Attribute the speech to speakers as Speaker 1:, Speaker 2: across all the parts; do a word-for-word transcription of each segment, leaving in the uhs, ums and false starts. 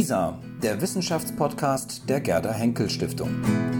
Speaker 1: WISA, der Wissenschaftspodcast der Gerda Henkel Stiftung.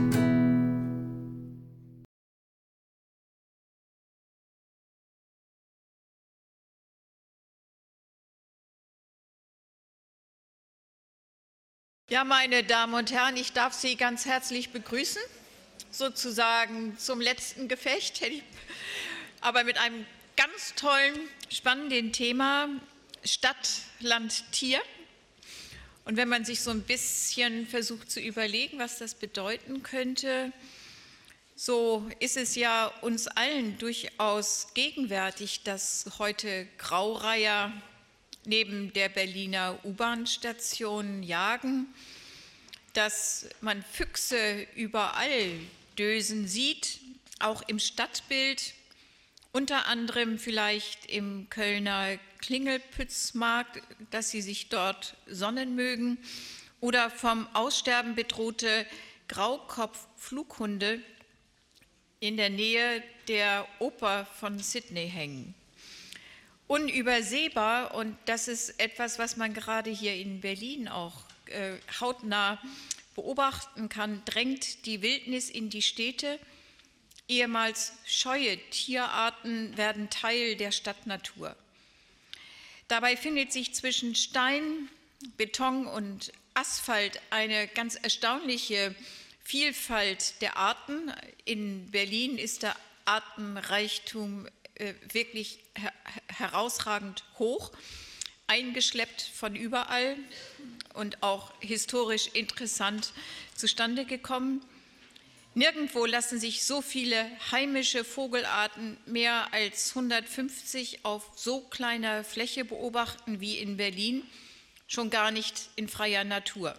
Speaker 2: Ja, meine Damen und Herren, ich darf Sie ganz herzlich begrüßen, sozusagen zum letzten Gefecht, aber mit einem ganz tollen, spannenden Thema Stadt, Land, Tier. Und wenn man sich so ein bisschen versucht zu überlegen, was das bedeuten könnte, so ist es ja uns allen durchaus gegenwärtig, dass heute Graureiher neben der Berliner U-Bahn-Station jagen, dass man Füchse überall dösen sieht, auch im Stadtbild, unter anderem vielleicht im Kölner Klingelpützmarkt, dass sie sich dort sonnen mögen, oder vom Aussterben bedrohte Graukopf-Flughunde in der Nähe der Oper von Sydney hängen. Unübersehbar, und das ist etwas, was man gerade hier in Berlin auch äh, hautnah beobachten kann, drängt die Wildnis in die Städte. Ehemals scheue Tierarten werden Teil der Stadtnatur. Dabei findet sich zwischen Stein, Beton und Asphalt eine ganz erstaunliche Vielfalt der Arten. In Berlin ist der Artenreichtum wirklich her herausragend hoch, eingeschleppt von überall und auch historisch interessant zustande gekommen. Nirgendwo lassen sich so viele heimische Vogelarten, mehr als hundertfünfzig, auf so kleiner Fläche beobachten wie in Berlin, schon gar nicht in freier Natur.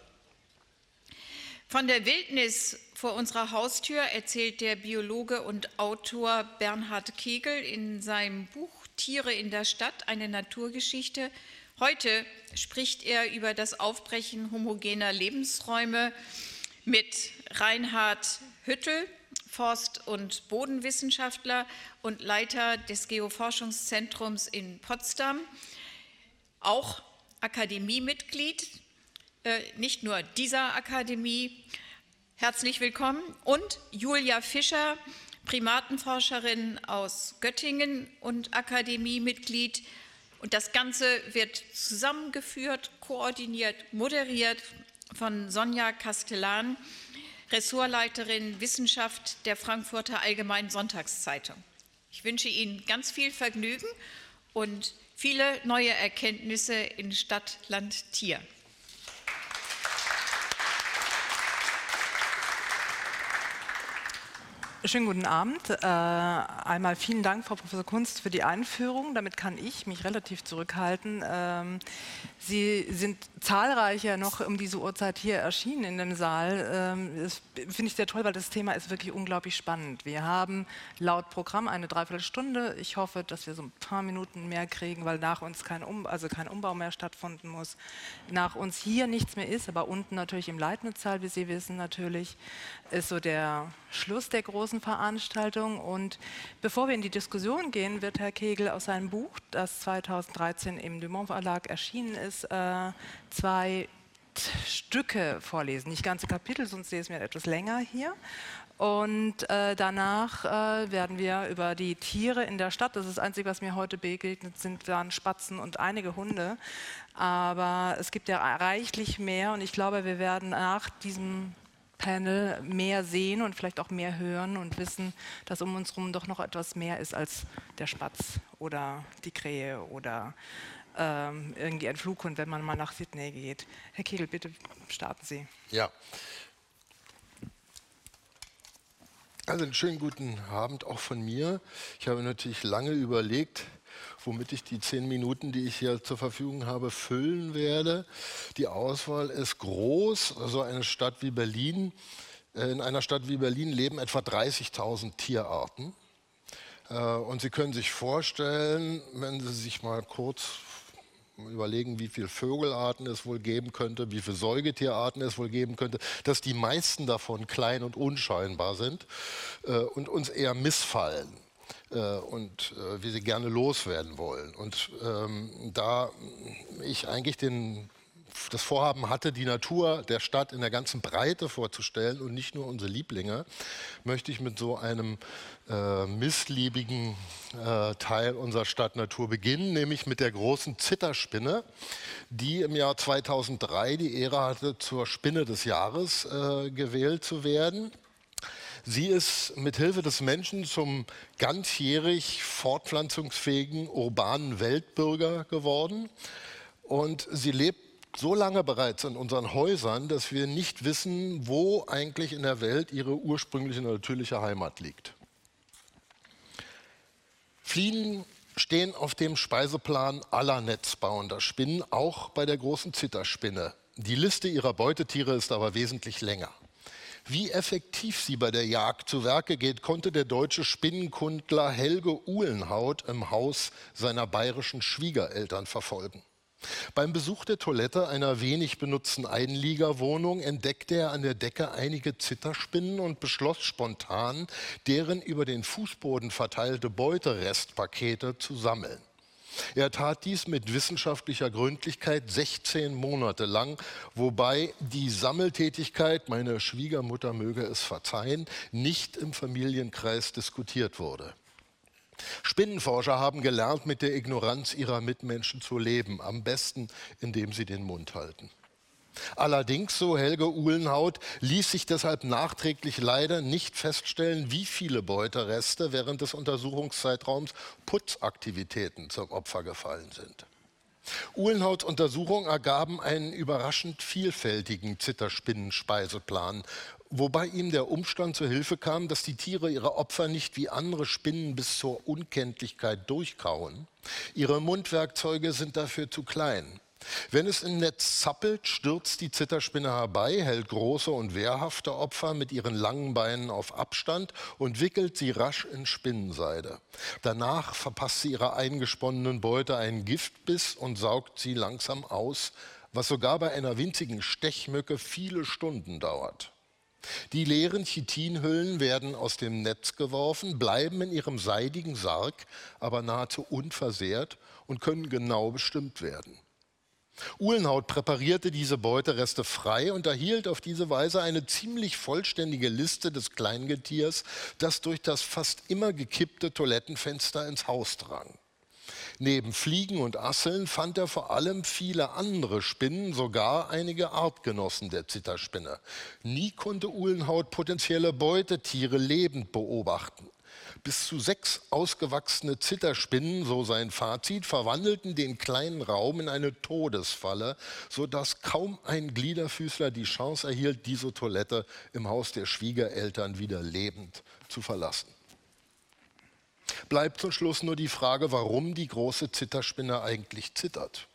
Speaker 2: Von der Wildnis vor unserer Haustür erzählt der Biologe und Autor Bernhard Kegel in seinem Buch Tiere in der Stadt, eine Naturgeschichte. Heute spricht er über das Aufbrechen homogener Lebensräume mit Reinhard Hüttel, Forst- und Bodenwissenschaftler und Leiter des Geoforschungszentrums in Potsdam, auch Akademiemitglied, äh, nicht nur dieser Akademie. Herzlich willkommen. Und Julia Fischer, Primatenforscherin aus Göttingen und Akademiemitglied. Und das Ganze wird zusammengeführt, koordiniert, moderiert von Sonja Castellan, Ressortleiterin Wissenschaft der Frankfurter Allgemeinen Sonntagszeitung. Ich wünsche Ihnen ganz viel Vergnügen und viele neue Erkenntnisse in Stadt, Land, Tier.
Speaker 3: Schönen guten Abend. Äh, einmal vielen Dank, Frau Professor Kunst, für die Einführung. Damit kann ich mich relativ zurückhalten. Ähm, Sie sind zahlreicher noch um diese Uhrzeit hier erschienen in dem Saal. Ähm, das finde ich sehr toll, weil das Thema ist wirklich unglaublich spannend. Wir haben laut Programm eine Dreiviertelstunde. Ich hoffe, dass wir so ein paar Minuten mehr kriegen, weil nach uns kein, um also kein Umbau mehr stattfinden muss. Nach uns hier nichts mehr ist, aber unten natürlich im Leibniz-Saal, wie Sie wissen natürlich, ist so der Schluss der großen Veranstaltung. Und bevor wir in die Diskussion gehen, wird Herr Kegel aus seinem Buch, das zweitausenddreizehn im Dumont Verlag erschienen ist, äh, zwei Stücke vorlesen. Nicht ganze Kapitel, sonst sehe ich es mir etwas länger hier. Und äh, danach äh, werden wir über die Tiere in der Stadt, das ist das Einzige, was mir heute begegnet sind, waren Spatzen und einige Hunde. Aber es gibt ja reichlich mehr, und ich glaube, wir werden nach diesem Panel mehr sehen und vielleicht auch mehr hören und wissen, dass um uns herum doch noch etwas mehr ist als der Spatz oder die Krähe oder ähm, irgendwie ein Flughund, wenn man mal nach Sydney geht. Herr Kegel, bitte starten Sie.
Speaker 4: Ja. Also einen schönen guten Abend auch von mir. Ich habe natürlich lange überlegt, womit ich die zehn Minuten, die ich hier zur Verfügung habe, füllen werde. Die Auswahl ist groß. Also eine Stadt wie Berlin, in einer Stadt wie Berlin leben etwa dreißigtausend Tierarten. Und Sie können sich vorstellen, wenn Sie sich mal kurz überlegen, wie viele Vogelarten es wohl geben könnte, wie viele Säugetierarten es wohl geben könnte, dass die meisten davon klein und unscheinbar sind und uns eher missfallen. Und äh, wie sie gerne loswerden wollen. Und ähm, da ich eigentlich den das Vorhaben hatte, die Natur der Stadt in der ganzen Breite vorzustellen und nicht nur unsere Lieblinge, möchte ich mit so einem äh, missliebigen äh, Teil unserer Stadtnatur beginnen, nämlich mit der großen Zitterspinne, die im Jahr zweitausenddrei die Ehre hatte, zur Spinne des Jahres äh, gewählt zu werden. Sie ist mit Hilfe des Menschen zum ganzjährig fortpflanzungsfähigen urbanen Weltbürger geworden. Und sie lebt so lange bereits in unseren Häusern, dass wir nicht wissen, wo eigentlich in der Welt ihre ursprüngliche natürliche Heimat liegt. Fliegen stehen auf dem Speiseplan aller netzbauender Spinnen, auch bei der großen Zitterspinne. Die Liste ihrer Beutetiere ist aber wesentlich länger. Wie effektiv sie bei der Jagd zu Werke geht, konnte der deutsche Spinnenkundler Helge Uhlenhaut im Haus seiner bayerischen Schwiegereltern verfolgen. Beim Besuch der Toilette einer wenig benutzten Einliegerwohnung entdeckte er an der Decke einige Zitterspinnen und beschloss spontan, deren über den Fußboden verteilte Beuterestpakete zu sammeln. Er tat dies mit wissenschaftlicher Gründlichkeit sechzehn Monate lang, wobei die Sammeltätigkeit, meine Schwiegermutter möge es verzeihen, nicht im Familienkreis diskutiert wurde. Spinnenforscher haben gelernt, mit der Ignoranz ihrer Mitmenschen zu leben, am besten, indem sie den Mund halten. Allerdings, so Helge Uhlenhaut, ließ sich deshalb nachträglich leider nicht feststellen, wie viele Beutereste während des Untersuchungszeitraums Putzaktivitäten zum Opfer gefallen sind. Uhlenhauts Untersuchungen ergaben einen überraschend vielfältigen Zitterspinnenspeiseplan, wobei ihm der Umstand zur Hilfe kam, dass die Tiere ihre Opfer nicht wie andere Spinnen bis zur Unkenntlichkeit durchkauen. Ihre Mundwerkzeuge sind dafür zu klein. Wenn es im Netz zappelt, stürzt die Zitterspinne herbei, hält große und wehrhafte Opfer mit ihren langen Beinen auf Abstand und wickelt sie rasch in Spinnenseide. Danach verpasst sie ihrer eingesponnenen Beute einen Giftbiss und saugt sie langsam aus, was sogar bei einer winzigen Stechmücke viele Stunden dauert. Die leeren Chitinhüllen werden aus dem Netz geworfen, bleiben in ihrem seidigen Sarg, aber nahezu unversehrt und können genau bestimmt werden. Uhlenhaut präparierte diese Beutereste frei und erhielt auf diese Weise eine ziemlich vollständige Liste des Kleingetiers, das durch das fast immer gekippte Toilettenfenster ins Haus drang. Neben Fliegen und Asseln fand er vor allem viele andere Spinnen, sogar einige Artgenossen der Zitterspinne. Nie konnte Uhlenhaut potenzielle Beutetiere lebend beobachten. Bis zu sechs ausgewachsene Zitterspinnen, so sein Fazit, verwandelten den kleinen Raum in eine Todesfalle, sodass kaum ein Gliederfüßler die Chance erhielt, diese Toilette im Haus der Schwiegereltern wieder lebend zu verlassen. Bleibt zum Schluss nur die Frage, warum die große Zitterspinne eigentlich zittert.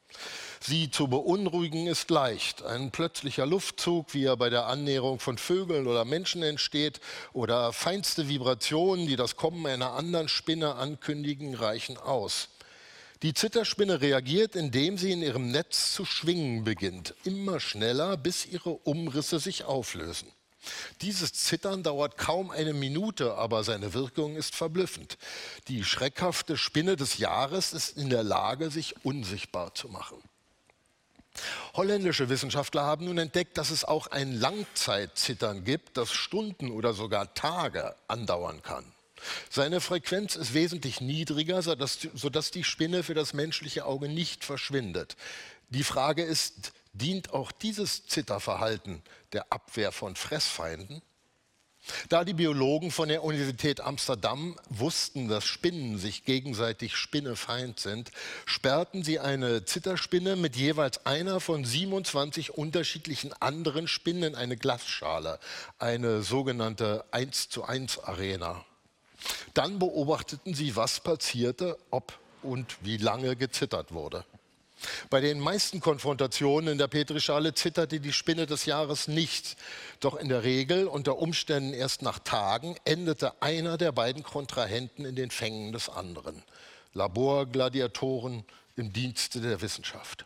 Speaker 4: Sie zu beunruhigen ist leicht. Ein plötzlicher Luftzug, wie er bei der Annäherung von Vögeln oder Menschen entsteht, oder feinste Vibrationen, die das Kommen einer anderen Spinne ankündigen, reichen aus. Die Zitterspinne reagiert, indem sie in ihrem Netz zu schwingen beginnt, immer schneller, bis ihre Umrisse sich auflösen. Dieses Zittern dauert kaum eine Minute, aber seine Wirkung ist verblüffend. Die schreckhafte Spinne des Jahres ist in der Lage, sich unsichtbar zu machen. Holländische Wissenschaftler haben nun entdeckt, dass es auch ein Langzeitzittern gibt, das Stunden oder sogar Tage andauern kann. Seine Frequenz ist wesentlich niedriger, sodass, sodass die Spinne für das menschliche Auge nicht verschwindet. Die Frage ist, dient auch dieses Zitterverhalten der Abwehr von Fressfeinden? Da die Biologen von der Universität Amsterdam wussten, dass Spinnen sich gegenseitig Spinnefeind sind, sperrten sie eine Zitterspinne mit jeweils einer von siebenundzwanzig unterschiedlichen anderen Spinnen in eine Glasschale, eine sogenannte eins zu eins Arena. Dann beobachteten sie, was passierte, ob und wie lange gezittert wurde. Bei den meisten Konfrontationen in der Petrischale zitterte die Spinne des Jahres nicht. Doch in der Regel, unter Umständen erst nach Tagen, endete einer der beiden Kontrahenten in den Fängen des anderen. Laborgladiatoren im Dienste der Wissenschaft.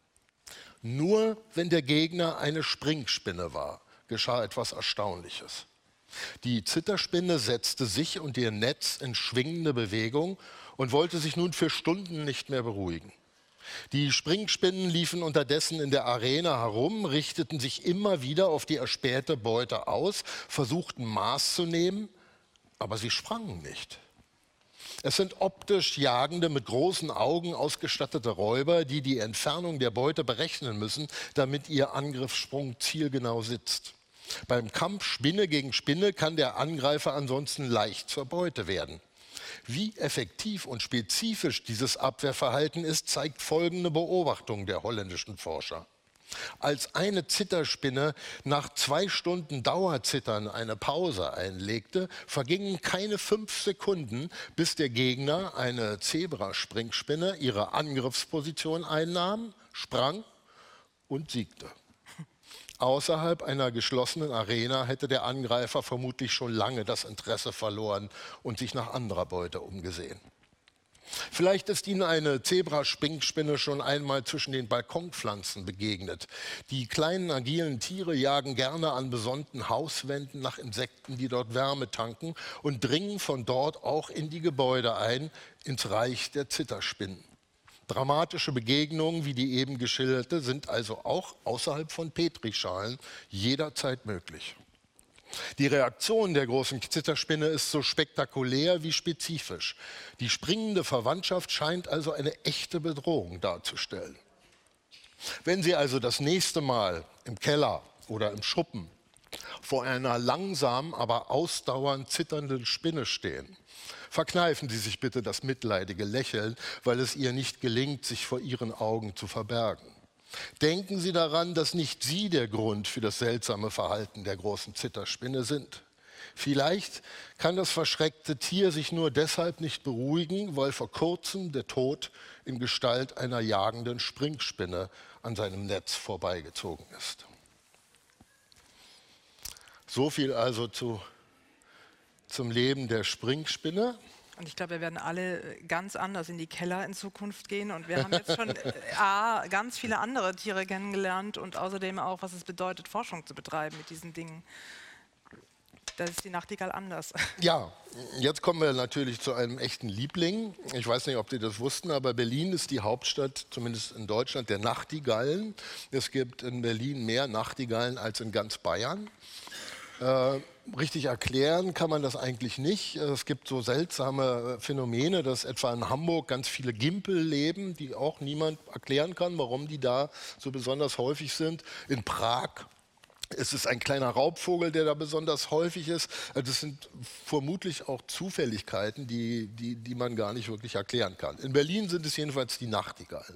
Speaker 4: Nur wenn der Gegner eine Springspinne war, geschah etwas Erstaunliches. Die Zitterspinne setzte sich und ihr Netz in schwingende Bewegung und wollte sich nun für Stunden nicht mehr beruhigen. Die Springspinnen liefen unterdessen in der Arena herum, richteten sich immer wieder auf die erspähte Beute aus, versuchten Maß zu nehmen, aber sie sprangen nicht. Es sind optisch jagende, mit großen Augen ausgestattete Räuber, die die Entfernung der Beute berechnen müssen, damit ihr Angriffssprung zielgenau sitzt. Beim Kampf Spinne gegen Spinne kann der Angreifer ansonsten leicht zur Beute werden. Wie effektiv und spezifisch dieses Abwehrverhalten ist, zeigt folgende Beobachtung der holländischen Forscher. Als eine Zitterspinne nach zwei Stunden Dauerzittern eine Pause einlegte, vergingen keine fünf Sekunden, bis der Gegner, eine Zebraspringspinne, ihre Angriffsposition einnahm, sprang und siegte. Außerhalb einer geschlossenen Arena hätte der Angreifer vermutlich schon lange das Interesse verloren und sich nach anderer Beute umgesehen. Vielleicht ist Ihnen eine Zebraspringspinne schon einmal zwischen den Balkonpflanzen begegnet. Die kleinen agilen Tiere jagen gerne an besonnten Hauswänden nach Insekten, die dort Wärme tanken, und dringen von dort auch in die Gebäude ein, ins Reich der Zitterspinnen. Dramatische Begegnungen wie die eben geschilderte sind also auch außerhalb von Petrischalen jederzeit möglich. Die Reaktion der großen Zitterspinne ist so spektakulär wie spezifisch. Die springende Verwandtschaft scheint also eine echte Bedrohung darzustellen. Wenn Sie also das nächste Mal im Keller oder im Schuppen vor einer langsam, aber ausdauernd zitternden Spinne stehen, verkneifen Sie sich bitte das mitleidige Lächeln, weil es ihr nicht gelingt, sich vor Ihren Augen zu verbergen. Denken Sie daran, dass nicht Sie der Grund für das seltsame Verhalten der großen Zitterspinne sind. Vielleicht kann das verschreckte Tier sich nur deshalb nicht beruhigen, weil vor kurzem der Tod in Gestalt einer jagenden Springspinne an seinem Netz vorbeigezogen ist. So viel also zu, zum Leben der Springspinne.
Speaker 3: Und ich glaube, wir werden alle ganz anders in die Keller in Zukunft gehen. Und wir haben jetzt schon äh, A, ganz viele andere Tiere kennengelernt und außerdem auch, was es bedeutet, Forschung zu betreiben mit diesen Dingen. Da ist die Nachtigall anders.
Speaker 4: Ja, jetzt kommen wir natürlich zu einem echten Liebling. Ich weiß nicht, ob Sie das wussten, aber Berlin ist die Hauptstadt, zumindest in Deutschland, der Nachtigallen. Es gibt in Berlin mehr Nachtigallen als in ganz Bayern. Äh, richtig erklären kann man das eigentlich nicht. Es gibt so seltsame Phänomene, dass etwa in Hamburg ganz viele Gimpel leben, die auch niemand erklären kann, warum die da so besonders häufig sind. In Prag ist es ein kleiner Raubvogel, der da besonders häufig ist. Das sind vermutlich auch Zufälligkeiten, die, die, die man gar nicht wirklich erklären kann. In Berlin sind es jedenfalls die Nachtigallen.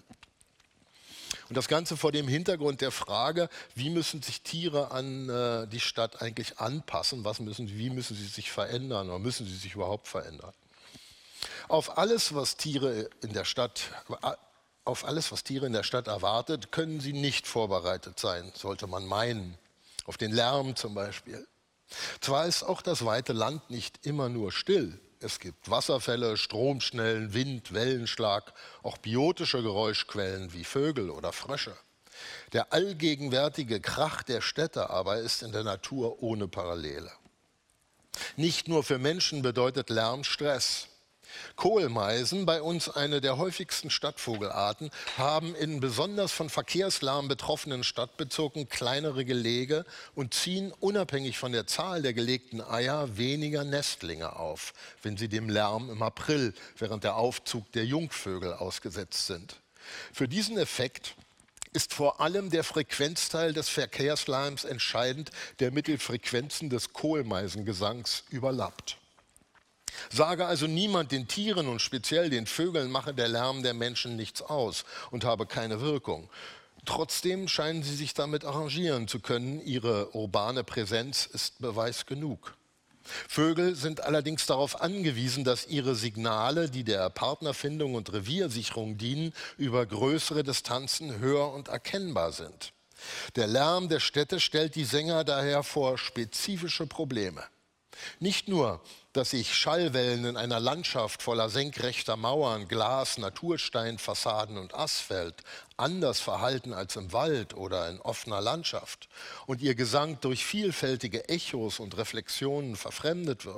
Speaker 4: Und das Ganze vor dem Hintergrund der Frage, wie müssen sich Tiere an äh, die Stadt eigentlich anpassen, was müssen, wie müssen sie sich verändern oder müssen sie sich überhaupt verändern. Auf alles, was Tiere in der Stadt, auf alles, was Tiere in der Stadt erwartet, können sie nicht vorbereitet sein, sollte man meinen. Auf den Lärm zum Beispiel. Zwar ist auch das weite Land nicht immer nur still. Es gibt Wasserfälle, Stromschnellen, Wind, Wellenschlag, auch biotische Geräuschquellen wie Vögel oder Frösche. Der allgegenwärtige Krach der Städte aber ist in der Natur ohne Parallele. Nicht nur für Menschen bedeutet Lärm Stress. Kohlmeisen, bei uns eine der häufigsten Stadtvogelarten, haben in besonders von Verkehrslärm betroffenen Stadtbezirken kleinere Gelege und ziehen unabhängig von der Zahl der gelegten Eier weniger Nestlinge auf, wenn sie dem Lärm im April während der Aufzug der Jungvögel ausgesetzt sind. Für diesen Effekt ist vor allem der Frequenzteil des Verkehrslärms entscheidend, der mit den Frequenzen des Kohlmeisengesangs überlappt. Sage also niemand den Tieren und speziell den Vögeln, mache der Lärm der Menschen nichts aus und habe keine Wirkung. Trotzdem scheinen sie sich damit arrangieren zu können. Ihre urbane Präsenz ist Beweis genug. Vögel sind allerdings darauf angewiesen, dass ihre Signale, die der Partnerfindung und Reviersicherung dienen, über größere Distanzen hör- und erkennbar sind. Der Lärm der Städte stellt die Sänger daher vor spezifische Probleme. Nicht nur, dass sich Schallwellen in einer Landschaft voller senkrechter Mauern, Glas, Naturstein, Fassaden und Asphalt anders verhalten als im Wald oder in offener Landschaft und ihr Gesang durch vielfältige Echos und Reflexionen verfremdet wird.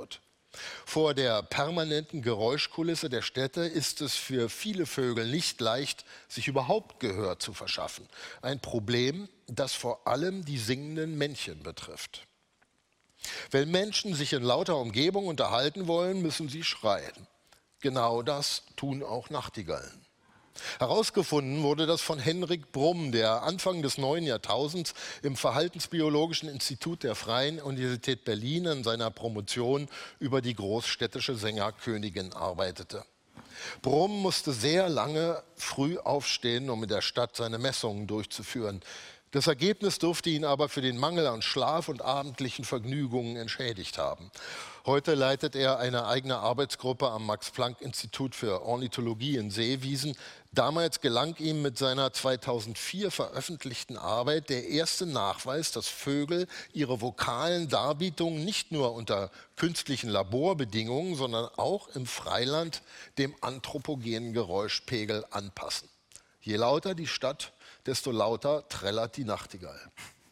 Speaker 4: Vor der permanenten Geräuschkulisse der Städte ist es für viele Vögel nicht leicht, sich überhaupt Gehör zu verschaffen. Ein Problem, das vor allem die singenden Männchen betrifft. Wenn Menschen sich in lauter Umgebung unterhalten wollen, müssen sie schreien. Genau das tun auch Nachtigallen. Herausgefunden wurde das von Henrik Brumm, der Anfang des neuen Jahrtausends im Verhaltensbiologischen Institut der Freien Universität Berlin an seiner Promotion über die großstädtische Sängerkönigin arbeitete. Brumm musste sehr lange früh aufstehen, um in der Stadt seine Messungen durchzuführen. Das Ergebnis durfte ihn aber für den Mangel an Schlaf und abendlichen Vergnügungen entschädigt haben. Heute leitet er eine eigene Arbeitsgruppe am Max-Planck-Institut für Ornithologie in Seewiesen. Damals gelang ihm mit seiner zweitausendvier veröffentlichten Arbeit der erste Nachweis, dass Vögel ihre vokalen Darbietungen nicht nur unter künstlichen Laborbedingungen, sondern auch im Freiland dem anthropogenen Geräuschpegel anpassen. Je lauter die Stadt, desto lauter trällert die Nachtigall.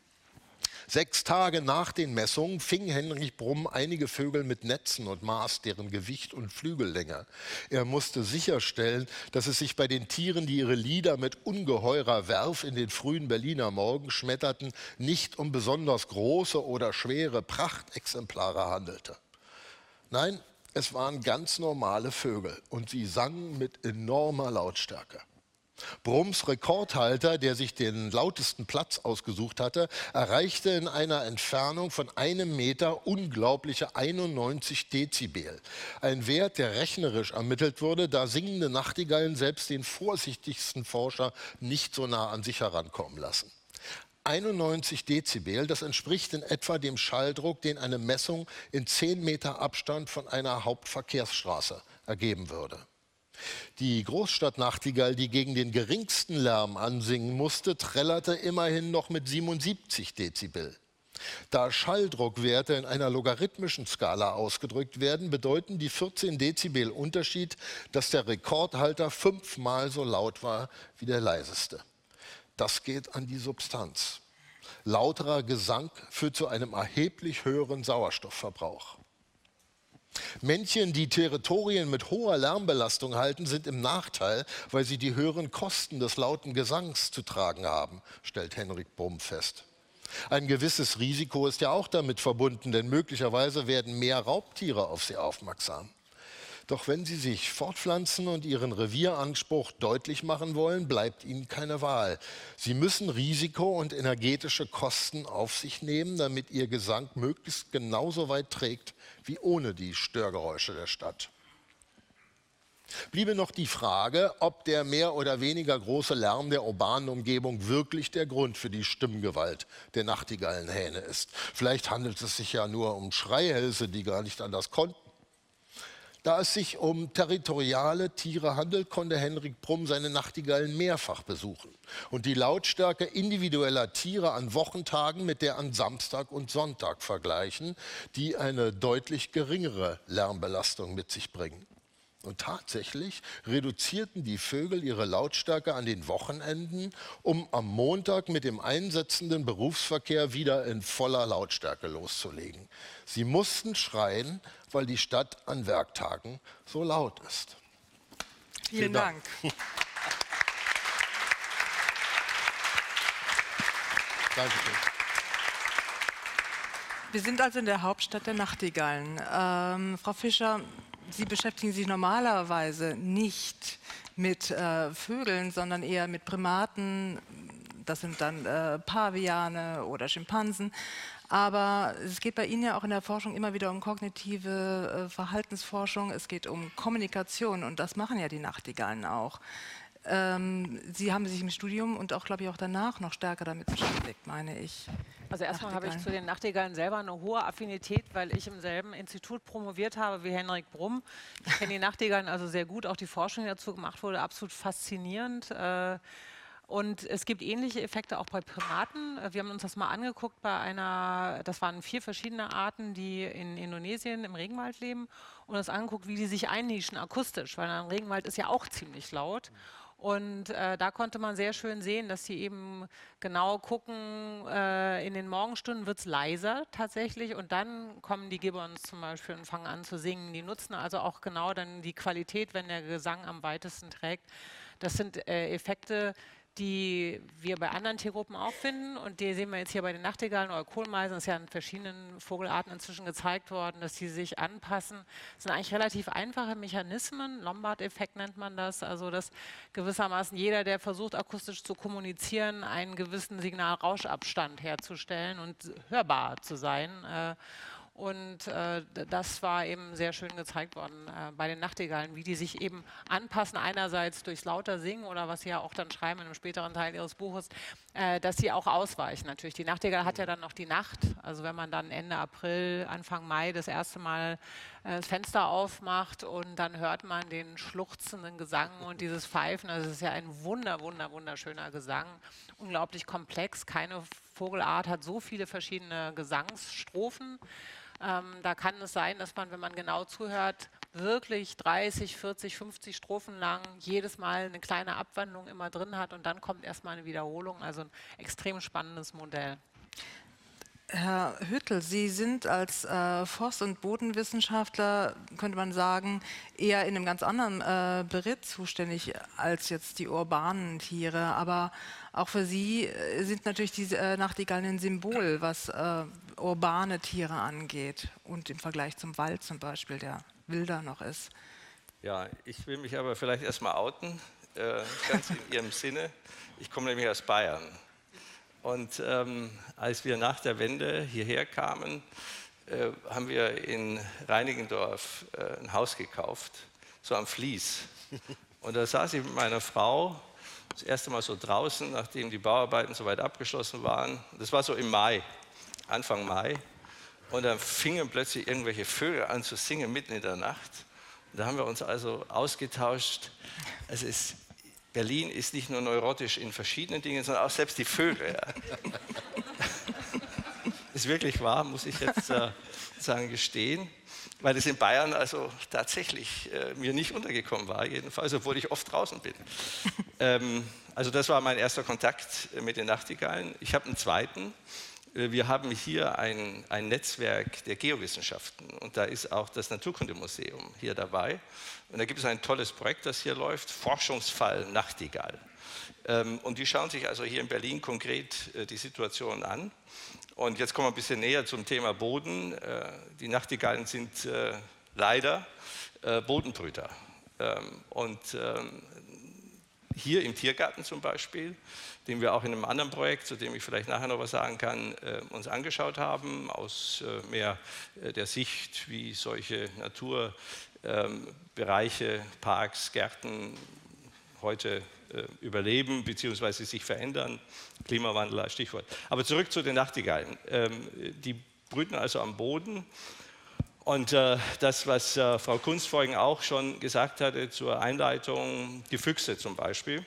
Speaker 4: Sechs Tage nach den Messungen fing Henrik Brumm einige Vögel mit Netzen und maß deren Gewicht und Flügellänge. Er musste sicherstellen, dass es sich bei den Tieren, die ihre Lieder mit ungeheurer Werf in den frühen Berliner Morgen schmetterten, nicht um besonders große oder schwere Prachtexemplare handelte. Nein, es waren ganz normale Vögel und sie sangen mit enormer Lautstärke. Brumms Rekordhalter, der sich den lautesten Platz ausgesucht hatte, erreichte in einer Entfernung von einem Meter unglaubliche einundneunzig Dezibel. Ein Wert, der rechnerisch ermittelt wurde, da singende Nachtigallen selbst den vorsichtigsten Forscher nicht so nah an sich herankommen lassen. einundneunzig Dezibel, das entspricht in etwa dem Schalldruck, den eine Messung in zehn Meter Abstand von einer Hauptverkehrsstraße ergeben würde. Die Großstadtnachtigall, die gegen den geringsten Lärm ansingen musste, trällerte immerhin noch mit siebenundsiebzig Dezibel. Da Schalldruckwerte in einer logarithmischen Skala ausgedrückt werden, bedeuten die vierzehn Dezibel Unterschied, dass der Rekordhalter fünfmal so laut war wie der leiseste. Das geht an die Substanz. Lauterer Gesang führt zu einem erheblich höheren Sauerstoffverbrauch. Männchen, die Territorien mit hoher Lärmbelastung halten, sind im Nachteil, weil sie die höheren Kosten des lauten Gesangs zu tragen haben, stellt Henrik Brumm fest. Ein gewisses Risiko ist ja auch damit verbunden, denn möglicherweise werden mehr Raubtiere auf sie aufmerksam. Doch wenn sie sich fortpflanzen und ihren Revieranspruch deutlich machen wollen, bleibt ihnen keine Wahl. Sie müssen Risiko und energetische Kosten auf sich nehmen, damit ihr Gesang möglichst genauso weit trägt wie ohne die Störgeräusche der Stadt. Bliebe noch die Frage, ob der mehr oder weniger große Lärm der urbanen Umgebung wirklich der Grund für die Stimmgewalt der Nachtigallenhähne ist. Vielleicht handelt es sich ja nur um Schreihälse, die gar nicht anders konnten. Da es sich um territoriale Tiere handelt, konnte Henrik Brumm seine Nachtigallen mehrfach besuchen und die Lautstärke individueller Tiere an Wochentagen mit der an Samstag und Sonntag vergleichen, die eine deutlich geringere Lärmbelastung mit sich bringen. Und tatsächlich reduzierten die Vögel ihre Lautstärke an den Wochenenden, um am Montag mit dem einsetzenden Berufsverkehr wieder in voller Lautstärke loszulegen. Sie mussten schreien, weil die Stadt an Werktagen so laut ist.
Speaker 3: Vielen, Vielen Dank. Dank.
Speaker 4: Dankeschön.
Speaker 3: Wir sind also in der Hauptstadt der Nachtigallen. Ähm, Frau Fischer, Sie beschäftigen sich normalerweise nicht mit äh, Vögeln, sondern eher mit Primaten. Das sind dann äh, Paviane oder Schimpansen. Aber es geht bei Ihnen ja auch in der Forschung immer wieder um kognitive äh, Verhaltensforschung. Es geht um Kommunikation und das machen ja die Nachtigallen auch. Ähm, Sie haben sich im Studium und auch, glaube ich, auch danach noch stärker damit beschäftigt, meine ich.
Speaker 5: Also erstmal habe ich zu den Nachtigallen selber eine hohe Affinität, weil ich im selben Institut promoviert habe wie Henrik Brumm. Ich kenne die Nachtigallen also sehr gut, auch die Forschung, die dazu gemacht wurde, absolut faszinierend. Und es gibt ähnliche Effekte auch bei Primaten. Wir haben uns das mal angeguckt bei einer, das waren vier verschiedene Arten, die in Indonesien im Regenwald leben und uns angeguckt, wie die sich einnischen akustisch, weil ein Regenwald ist ja auch ziemlich laut. Und äh, da konnte man sehr schön sehen, dass sie eben genau gucken, äh, in den Morgenstunden wird es leiser tatsächlich und dann kommen die Gibbons zum Beispiel und fangen an zu singen. Die nutzen also auch genau dann die Qualität, wenn der Gesang am weitesten trägt. Das sind äh, Effekte, die wir bei anderen Tiergruppen auch finden und die sehen wir jetzt hier bei den Nachtigallen oder Kohlmeisen, das ist ja in verschiedenen Vogelarten inzwischen gezeigt worden, dass sie sich anpassen. Das sind eigentlich relativ einfache Mechanismen, Lombard-Effekt nennt man das, also dass gewissermaßen jeder, der versucht akustisch zu kommunizieren, einen gewissen Signal-Rauschabstand herzustellen und hörbar zu sein. Äh, Und äh, das war eben sehr schön gezeigt worden äh, bei den Nachtigallen, wie die sich eben anpassen, einerseits durchs lauter Singen oder was sie ja auch dann schreiben in einem späteren Teil ihres Buches, äh, dass sie auch ausweichen. Natürlich, die Nachtigall hat ja dann noch die Nacht, also wenn man dann Ende April, Anfang Mai das erste Mal äh, das Fenster aufmacht und dann hört man den schluchzenden Gesang und dieses Pfeifen, also es ist ja ein wunder, wunder, wunderschöner Gesang, unglaublich komplex, keine Vogelart hat so viele verschiedene Gesangsstrophen. Ähm, da kann es sein, dass man, wenn man genau zuhört, wirklich dreißig, vierzig, fünfzig Strophen lang jedes Mal eine kleine Abwandlung immer drin hat und dann kommt erstmal eine Wiederholung. Also ein extrem spannendes Modell.
Speaker 3: Herr Hüttel, Sie sind als äh, Forst- und Bodenwissenschaftler, könnte man sagen, eher in einem ganz anderen äh, Beritt zuständig als jetzt die urbanen Tiere. Aber auch für Sie äh, sind natürlich diese äh, Nachtigallen ein Symbol, was äh, urbane Tiere angeht und im Vergleich zum Wald zum Beispiel, der wilder noch ist.
Speaker 6: Ja, ich will mich aber vielleicht erstmal outen, äh, ganz in Ihrem Sinne. Ich komme nämlich aus Bayern. Und ähm, als wir nach der Wende hierher kamen, äh, haben wir in Reinickendorf äh, ein Haus gekauft, so am Fließ. Und da saß ich mit meiner Frau das erste Mal so draußen, nachdem die Bauarbeiten soweit abgeschlossen waren. Das war so im Mai, Anfang Mai. Und dann fingen plötzlich irgendwelche Vögel an zu singen mitten in der Nacht. Und da haben wir uns also ausgetauscht. Es ist Berlin ist nicht nur neurotisch in verschiedenen Dingen, sondern auch selbst die Vögel. Ja. Ist wirklich wahr, muss ich jetzt äh, sagen, gestehen, weil es in Bayern also tatsächlich äh, mir nicht untergekommen war, jedenfalls, obwohl ich oft draußen bin. ähm, also das war mein erster Kontakt mit den Nachtigallen. Ich habe einen zweiten. Wir haben hier ein, ein Netzwerk der Geowissenschaften und da ist auch das Naturkundemuseum hier dabei. Und da gibt es ein tolles Projekt, das hier läuft, Forschungsfall Nachtigall. Ähm, und die schauen sich also hier in Berlin konkret äh, die Situation an. Und jetzt kommen wir ein bisschen näher zum Thema Boden. Äh, die Nachtigallen sind äh, leider äh, Bodenbrüter. Ähm, und ähm, hier im Tiergarten zum Beispiel, den wir auch in einem anderen Projekt, zu dem ich vielleicht nachher noch was sagen kann, äh, uns angeschaut haben, aus äh, mehr äh, der Sicht, wie solche Naturbereiche, ähm, Parks, Gärten heute äh, überleben bzw. sich verändern. Klimawandel als Stichwort. Aber zurück zu den Nachtigallen. Ähm, die brüten also am Boden. Und äh, das, was äh, Frau Kunz vorhin auch schon gesagt hatte zur Einleitung, die Füchse zum Beispiel,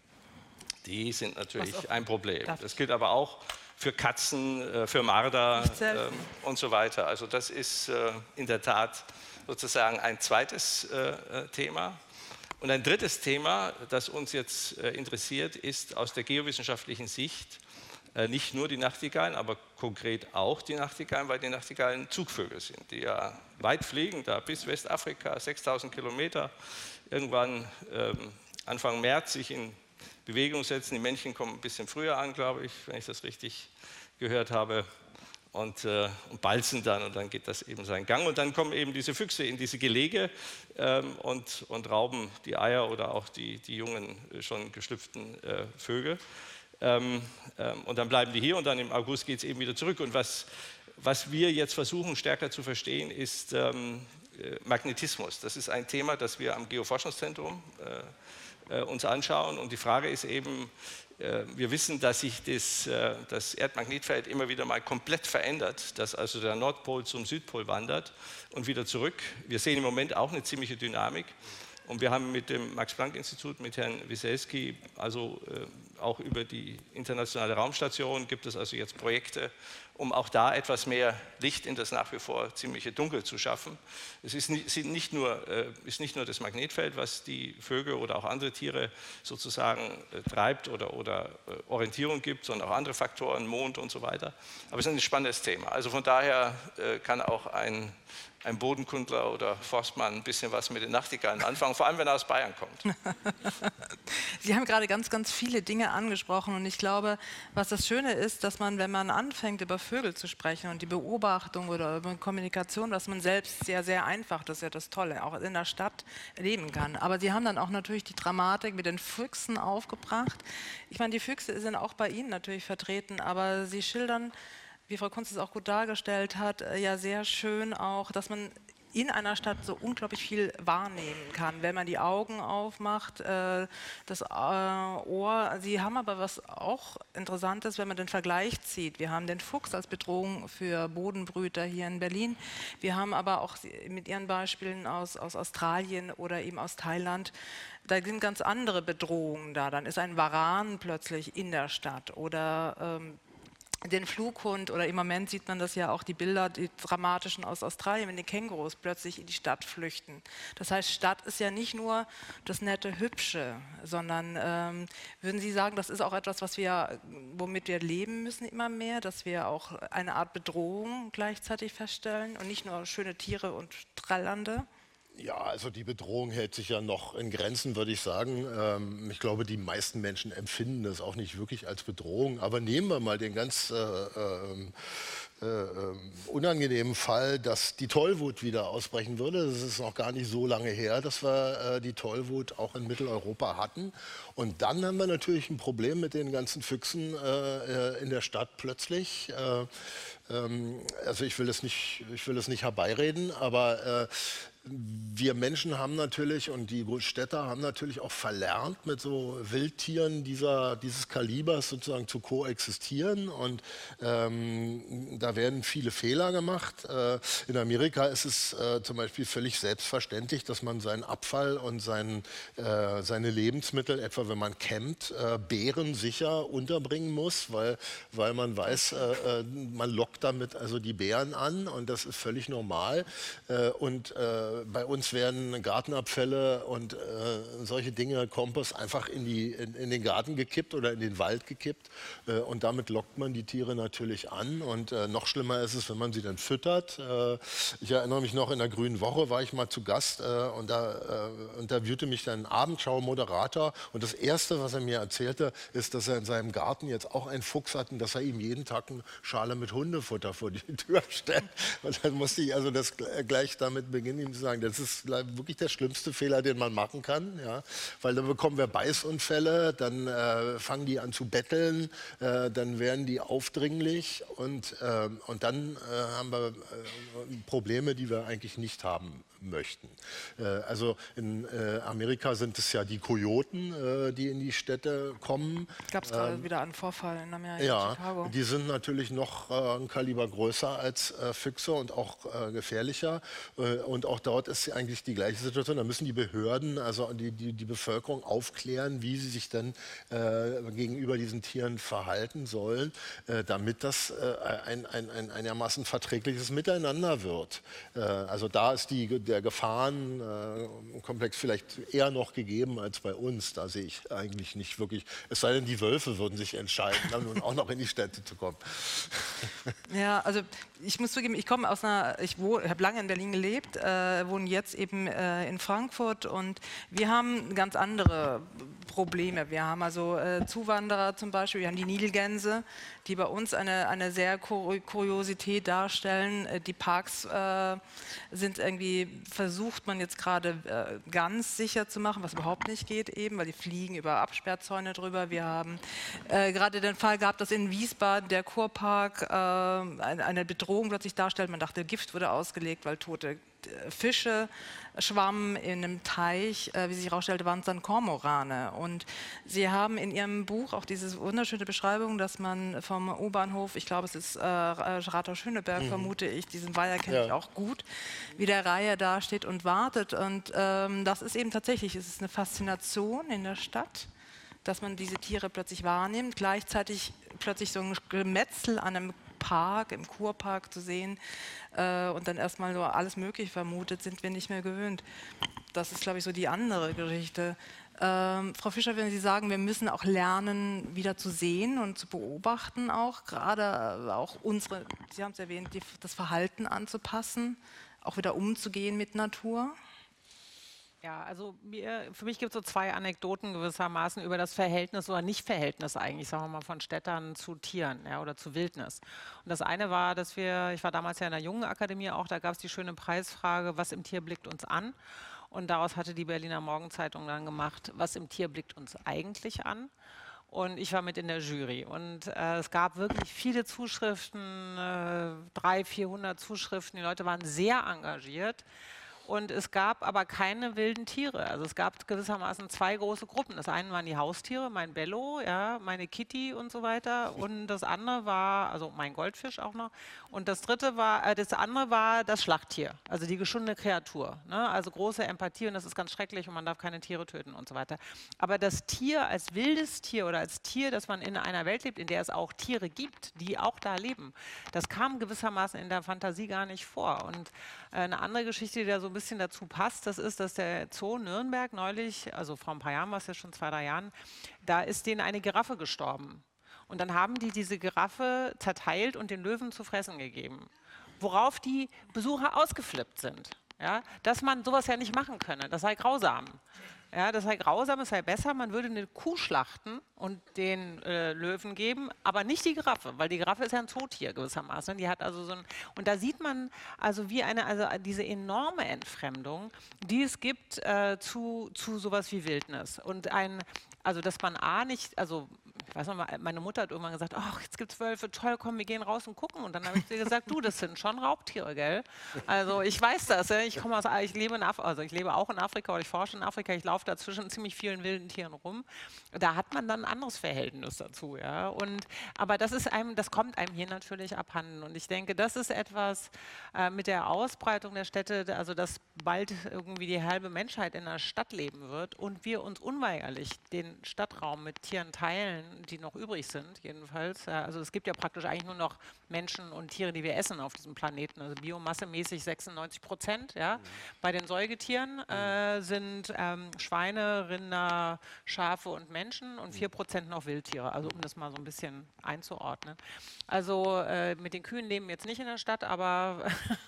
Speaker 6: die sind natürlich ein Problem. Das gilt aber auch für Katzen, äh, für Marder äh, und so weiter. Also das ist äh, in der Tat sozusagen ein zweites äh, Thema. Und ein drittes Thema, das uns jetzt äh, interessiert, ist aus der geowissenschaftlichen Sicht, nicht nur die Nachtigallen, aber konkret auch die Nachtigallen, weil die Nachtigallen Zugvögel sind, die ja weit fliegen, da bis Westafrika, sechstausend Kilometer, irgendwann ähm, Anfang März sich in Bewegung setzen. Die Männchen kommen ein bisschen früher an, glaube ich, wenn ich das richtig gehört habe, und, äh, und balzen dann und dann geht das eben seinen Gang. Und dann kommen eben diese Füchse in diese Gelege ähm, und, und rauben die Eier oder auch die, die jungen, schon geschlüpften äh, Vögel. Ähm, ähm, und dann bleiben die hier und dann im August geht es eben wieder zurück. Und was, was wir jetzt versuchen stärker zu verstehen, ist ähm, äh, Magnetismus. Das ist ein Thema, das wir am Geoforschungszentrum äh, äh, uns anschauen. Und die Frage ist eben, äh, wir wissen, dass sich das, äh, das Erdmagnetfeld immer wieder mal komplett verändert, dass also der Nordpol zum Südpol wandert und wieder zurück. Wir sehen im Moment auch eine ziemliche Dynamik. Und wir haben mit dem Max-Planck-Institut, mit Herrn Wieselski, also äh, auch über die internationale Raumstation gibt es also jetzt Projekte, um auch da etwas mehr Licht in das nach wie vor ziemliche Dunkel zu schaffen. Es ist nicht, sind nicht nur, äh, ist nicht nur das Magnetfeld, was die Vögel oder auch andere Tiere sozusagen äh, treibt oder, oder äh, Orientierung gibt, sondern auch andere Faktoren, Mond und so weiter. Aber es ist ein spannendes Thema. Also von daher äh, kann auch ein ein Bodenkundler oder Forstmann ein bisschen was mit den Nachtigallen anfangen, vor allem wenn er aus Bayern kommt.
Speaker 3: Sie haben gerade ganz, ganz viele Dinge angesprochen und ich glaube, was das Schöne ist, dass man, wenn man anfängt, über Vögel zu sprechen und die Beobachtung oder über Kommunikation, dass man selbst sehr, sehr einfach, das ist ja das Tolle, auch in der Stadt leben kann. Aber Sie haben dann auch natürlich die Dramatik mit den Füchsen aufgebracht. Ich meine, die Füchse sind auch bei Ihnen natürlich vertreten, aber Sie schildern, wie Frau Kunz es auch gut dargestellt hat, ja sehr schön auch, dass man in einer Stadt so unglaublich viel wahrnehmen kann, wenn man die Augen aufmacht, äh, das äh, Ohr. Sie haben aber was auch Interessantes, wenn man den Vergleich zieht. Wir haben den Fuchs als Bedrohung für Bodenbrüter hier in Berlin. Wir haben aber auch mit Ihren Beispielen aus, aus Australien oder eben aus Thailand, da sind ganz andere Bedrohungen da. Dann ist ein Varan plötzlich in der Stadt oder ähm, den Flughund oder im Moment sieht man das ja auch, die Bilder, die dramatischen aus Australien, wenn die Kängurus plötzlich in die Stadt flüchten. Das heißt, Stadt ist ja nicht nur das nette, hübsche, sondern ähm, würden Sie sagen, das ist auch etwas, was wir, womit wir leben müssen immer mehr, dass wir auch eine Art Bedrohung gleichzeitig feststellen und nicht nur schöne Tiere und Trallernde?
Speaker 4: Ja, also die Bedrohung hält sich ja noch in Grenzen, würde ich sagen. Ähm, ich glaube, die meisten Menschen empfinden das auch nicht wirklich als Bedrohung. Aber nehmen wir mal den ganz äh, äh, äh, unangenehmen Fall, dass die Tollwut wieder ausbrechen würde. Das ist noch gar nicht so lange her, dass wir äh, die Tollwut auch in Mitteleuropa hatten. Und dann haben wir natürlich ein Problem mit den ganzen Füchsen äh, in der Stadt plötzlich. Äh, ähm, also ich will es nicht, ich will es nicht herbeireden, aber äh, wir Menschen haben natürlich und die Städter haben natürlich auch verlernt, mit so Wildtieren dieser, dieses Kalibers sozusagen zu koexistieren. Und ähm, da werden viele Fehler gemacht. Äh, in Amerika ist es äh, zum Beispiel völlig selbstverständlich, dass man seinen Abfall und seinen, äh, seine Lebensmittel, etwa wenn man campt, äh, bärensicher unterbringen muss, weil, weil man weiß, äh, man lockt damit also die Bären an und das ist völlig normal. Äh, und äh, bei uns werden Gartenabfälle und äh, solche Dinge, Kompost, einfach in, die, in, in den Garten gekippt oder in den Wald gekippt. Äh, und damit lockt man die Tiere natürlich an. Und äh, noch schlimmer ist es, wenn man sie dann füttert. Äh, ich erinnere mich noch, in der Grünen Woche war ich mal zu Gast äh, und da äh, interviewte mich dann ein Abendschau-Moderator. Und das Erste, was er mir erzählte, ist, dass er in seinem Garten jetzt auch einen Fuchs hat und dass er ihm jeden Tag eine Schale mit Hundefutter vor die Tür stellt. Und dann musste ich also das gleich damit beginnen, ihm zu sagen, das ist wirklich der schlimmste Fehler, den man machen kann, ja? Weil dann bekommen wir Beißunfälle, dann äh, fangen die an zu betteln, äh, dann werden die aufdringlich und, äh, und dann äh, haben wir äh, Probleme, die wir eigentlich nicht haben möchten. Äh, also in äh, Amerika sind es ja die Kojoten, äh, die in die Städte kommen.
Speaker 3: Gab es gerade ähm, wieder einen Vorfall in Amerika,
Speaker 4: ja,
Speaker 3: in Chicago.
Speaker 4: Die sind natürlich noch äh, ein Kaliber größer als äh, Füchse und auch äh, gefährlicher. Äh, und auch dort ist eigentlich die gleiche Situation. Da müssen die Behörden, also die, die, die Bevölkerung aufklären, wie sie sich dann äh, gegenüber diesen Tieren verhalten sollen, äh, damit das äh, ein, ein, ein einigermaßen verträgliches Miteinander wird. Äh, also da ist die, der Gefahrenkomplex vielleicht eher noch gegeben als bei uns. Da sehe ich eigentlich nicht wirklich, es sei denn, die Wölfe würden sich entscheiden, dann nun auch noch in die Städte zu kommen.
Speaker 3: Ja, also ich muss zugeben, ich komme aus einer, ich habe lange in Berlin gelebt, äh, wohne jetzt eben äh, in Frankfurt und wir haben ganz andere Probleme. Wir haben also äh, Zuwanderer zum Beispiel, wir haben die Nilgänse, die bei uns eine, eine sehr Kur Kuriosität darstellen. Äh, die Parks äh, sind irgendwie, versucht man jetzt gerade äh, ganz sicher zu machen, was überhaupt nicht geht eben, weil die fliegen über Absperrzäune drüber. Wir haben äh, gerade den Fall gehabt, dass in Wiesbaden der Kurpark äh, eine, eine Bedrohung plötzlich darstellt. Man dachte, Gift wurde ausgelegt, weil tote Fische schwammen in einem Teich, äh, wie sich herausstellte, waren es dann Kormorane. Und Sie haben in Ihrem Buch auch diese wunderschöne Beschreibung, dass man vom U-Bahnhof, ich glaube es ist äh, Rathaus Schöneberg, mhm. vermute ich, diesen Weiher kenne ja. ich auch gut, wie der Reiher da steht und wartet. Und ähm, das ist eben tatsächlich, es ist eine Faszination in der Stadt dass man diese Tiere plötzlich wahrnimmt, gleichzeitig plötzlich so ein Gemetzel an einem Park, im Kurpark zu sehen äh, und dann erstmal so alles Mögliche vermutet, sind wir nicht mehr gewöhnt. Das ist, glaube ich, so die andere Geschichte. Ähm, Frau Fischer, wenn Sie sagen, wir müssen auch lernen, wieder zu sehen und zu beobachten auch, gerade auch unsere, Sie haben es erwähnt, die, das Verhalten anzupassen, auch wieder umzugehen mit Natur.
Speaker 5: Ja, also mir, für mich gibt es so zwei Anekdoten gewissermaßen über das Verhältnis oder Nicht-Verhältnis eigentlich, sagen wir mal, von Städtern zu Tieren, ja, oder zu Wildnis. Und das eine war, dass wir, ich war damals ja in der Jungenakademie auch, da gab es die schöne Preisfrage, was im Tier blickt uns an? Und daraus hatte die Berliner Morgenzeitung dann gemacht, was im Tier blickt uns eigentlich an? Und ich war mit in der Jury. Und äh, es gab wirklich viele Zuschriften, äh, dreihundert, vierhundert Zuschriften. Die Leute waren sehr engagiert. Und es gab aber keine wilden Tiere. Also es gab gewissermaßen zwei große Gruppen. Das eine waren die Haustiere, mein Bello, ja, meine Kitty und so weiter. Und das andere war, also mein Goldfisch auch noch. Und das dritte war, äh, das andere war das Schlachttier, also die geschundene Kreatur. Ne? Also große Empathie und das ist ganz schrecklich und man darf keine Tiere töten und so weiter. Aber das Tier als wildes Tier oder als Tier, dass man in einer Welt lebt, in der es auch Tiere gibt, die auch da leben, das kam gewissermaßen in der Fantasie gar nicht vor. Und äh, eine andere Geschichte, die da so ein bisschen dazu passt, das ist, dass der Zoo Nürnberg neulich, also vor ein paar Jahren, war es ja schon zwei, drei Jahren, da ist denen eine Giraffe gestorben. Und dann haben die diese Giraffe zerteilt und den Löwen zu fressen gegeben. Worauf die Besucher ausgeflippt sind. Ja? Dass man sowas ja nicht machen könne, das sei grausam. Ja, das sei grausam, es sei besser, man würde eine Kuh schlachten und den äh, Löwen geben, aber nicht die Giraffe, weil die Giraffe ist ja ein Zootier gewissermaßen. Die hat also so ein, und da sieht man also wie eine, also diese enorme Entfremdung, die es gibt äh, zu, zu sowas wie Wildnis. Und ein, also dass man A nicht, also ich weiß noch mal, meine Mutter hat irgendwann gesagt, ach, jetzt gibt es Wölfe, toll, komm, wir gehen raus und gucken. Und dann habe ich ihr gesagt, du, das sind schon Raubtiere, gell? Also ich weiß das, ja? Ich komme aus, ich lebe in Afrika, also ich lebe auch in Afrika oder ich forsche in Afrika, ich laufe da zwischen ziemlich vielen wilden Tieren rum. Da hat man dann ein anderes Verhältnis dazu, ja. Und, aber das ist einem, das kommt einem hier natürlich abhanden. Und ich denke, das ist etwas äh, mit der Ausbreitung der Städte, also dass bald irgendwie die halbe Menschheit in einer Stadt leben wird und wir uns unweigerlich den Stadtraum mit Tieren teilen, die noch übrig sind, jedenfalls. Also es gibt ja praktisch eigentlich nur noch Menschen und Tiere, die wir essen auf diesem Planeten. Also biomassemäßig sechsundneunzig Prozent. Ja. Mhm. Bei den Säugetieren äh, sind ähm, Schweine, Rinder, Schafe und Menschen und vier Prozent noch Wildtiere. Also um das mal so ein bisschen einzuordnen. Also äh, mit den Kühen leben wir jetzt nicht in der Stadt, aber,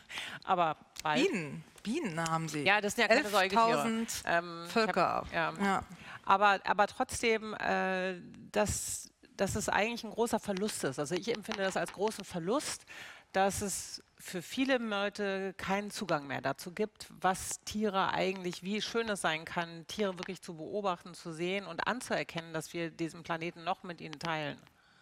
Speaker 5: aber bald.
Speaker 3: Bienen. Bienen haben sie.
Speaker 5: Ja, das sind ja keine Säugetiere.
Speaker 3: elftausend ähm, Völker.
Speaker 5: Hab, ja.
Speaker 3: Ja.
Speaker 5: Aber, aber trotzdem, äh, dass, dass es eigentlich ein großer Verlust ist. Also ich empfinde das als großen Verlust, dass es für viele Leute keinen Zugang mehr dazu gibt, was Tiere eigentlich, wie schön es sein kann, Tiere wirklich zu beobachten, zu sehen und anzuerkennen, dass wir diesen Planeten noch mit ihnen teilen.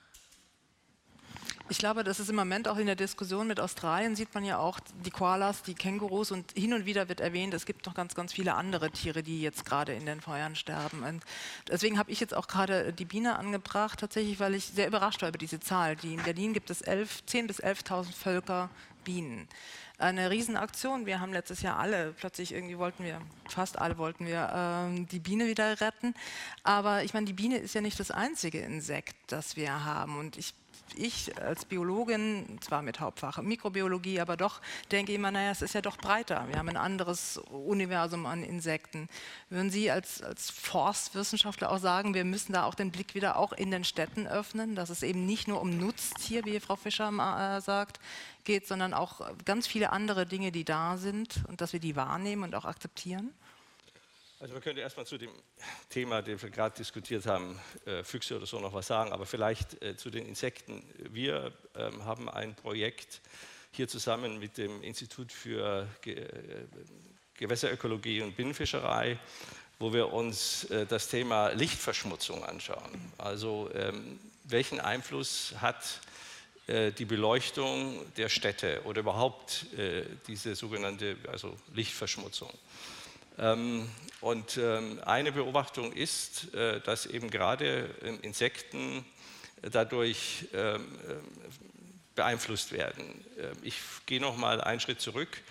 Speaker 3: Ich glaube, das ist im Moment auch in der Diskussion mit Australien, sieht man ja auch die Koalas, die Kängurus und hin und wieder wird erwähnt, es gibt noch ganz, ganz viele andere Tiere, die jetzt gerade in den Feuern sterben. Und deswegen habe ich jetzt auch gerade die Biene angebracht, tatsächlich, weil ich sehr überrascht war über diese Zahl. Die in Berlin gibt es zehntausend bis elftausend Völker Bienen. Eine Riesenaktion. Wir haben letztes Jahr alle, plötzlich irgendwie wollten wir, fast alle wollten wir ähm, die Biene wieder retten. Aber ich meine, die Biene ist ja nicht das einzige Insekt, das wir haben. Und ich Ich als Biologin, zwar mit Hauptfach Mikrobiologie, aber doch denke immer, naja, es ist ja doch breiter. Wir haben ein anderes Universum an Insekten. Würden Sie als, als Forstwissenschaftler auch sagen, wir müssen da auch den Blick wieder auch in den Städten öffnen, dass es eben nicht nur um Nutztier, wie Frau Fischer äh, sagt, geht, sondern auch ganz viele andere Dinge, die da sind und dass wir die wahrnehmen und auch akzeptieren?
Speaker 6: Also wir können erstmal zu dem Thema, den wir gerade diskutiert haben, äh, Füchse oder so noch was sagen, aber vielleicht äh, zu den Insekten. Wir ähm, haben ein Projekt hier zusammen mit dem Institut für Ge äh, Gewässerökologie und Binnenfischerei, wo wir uns äh, das Thema Lichtverschmutzung anschauen. Also ähm, welchen Einfluss hat äh, die Beleuchtung der Städte oder überhaupt äh, diese sogenannte also Lichtverschmutzung? Ähm, und ähm, eine Beobachtung ist, äh, dass eben gerade ähm, Insekten dadurch ähm, beeinflusst werden. Äh, ich gehe noch mal einen Schritt zurück.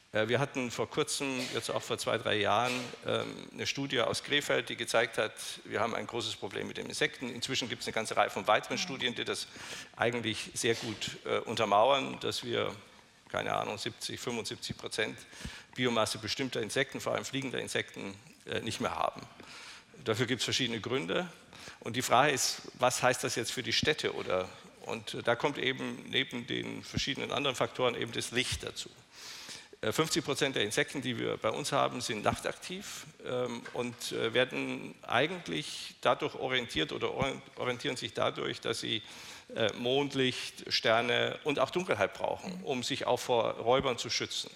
Speaker 6: Wir hatten vor kurzem, jetzt auch vor zwei, drei Jahren, eine Studie aus Krefeld, die gezeigt hat, wir haben ein großes Problem mit den Insekten. Inzwischen gibt es eine ganze Reihe von weiteren Studien, die das eigentlich sehr gut untermauern, dass wir, keine Ahnung, siebzig, fünfundsiebzig Prozent Biomasse bestimmter Insekten, vor allem fliegender Insekten, nicht mehr haben. Dafür gibt es verschiedene Gründe. Und die Frage ist, was heißt das jetzt für die Städte? Oder, und da kommt eben neben den verschiedenen anderen Faktoren eben das Licht dazu. fünfzig Prozent der Insekten, die wir bei uns haben, sind nachtaktiv ähm, und äh, werden eigentlich dadurch orientiert oder orientieren sich dadurch, dass sie äh, Mondlicht, Sterne und auch Dunkelheit brauchen, um sich auch vor Räubern zu schützen.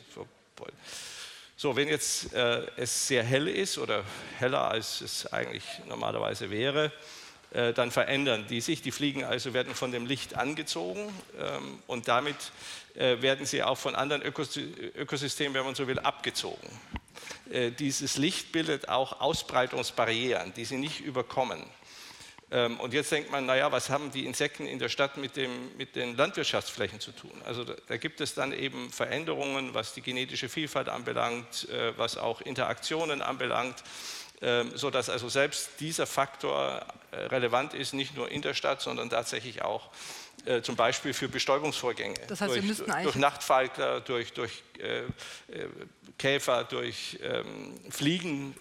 Speaker 6: So, wenn jetzt äh, es sehr hell ist oder heller als es eigentlich normalerweise wäre, äh, dann verändern die sich. Die Fliegen also werden von dem Licht angezogen ähm, und damit äh, werden sie auch von anderen Ökos Ökosystemen, wenn man so will, abgezogen. Äh, dieses Licht bildet auch Ausbreitungsbarrieren, die sie nicht überkommen. Ähm, und jetzt denkt man, naja, was haben die Insekten in der Stadt mit, dem, mit den Landwirtschaftsflächen zu tun? Also da, da gibt es dann eben Veränderungen, was die genetische Vielfalt anbelangt, äh, was auch Interaktionen anbelangt, äh, sodass also selbst dieser Faktor äh, relevant ist, nicht nur in der Stadt, sondern tatsächlich auch äh, zum Beispiel für Bestäubungsvorgänge.
Speaker 3: Das heißt,
Speaker 6: durch,
Speaker 3: wir müssten eigentlich
Speaker 6: durch Nachtfalter, durch, durch äh, äh, Käfer, durch ähm, Fliegen,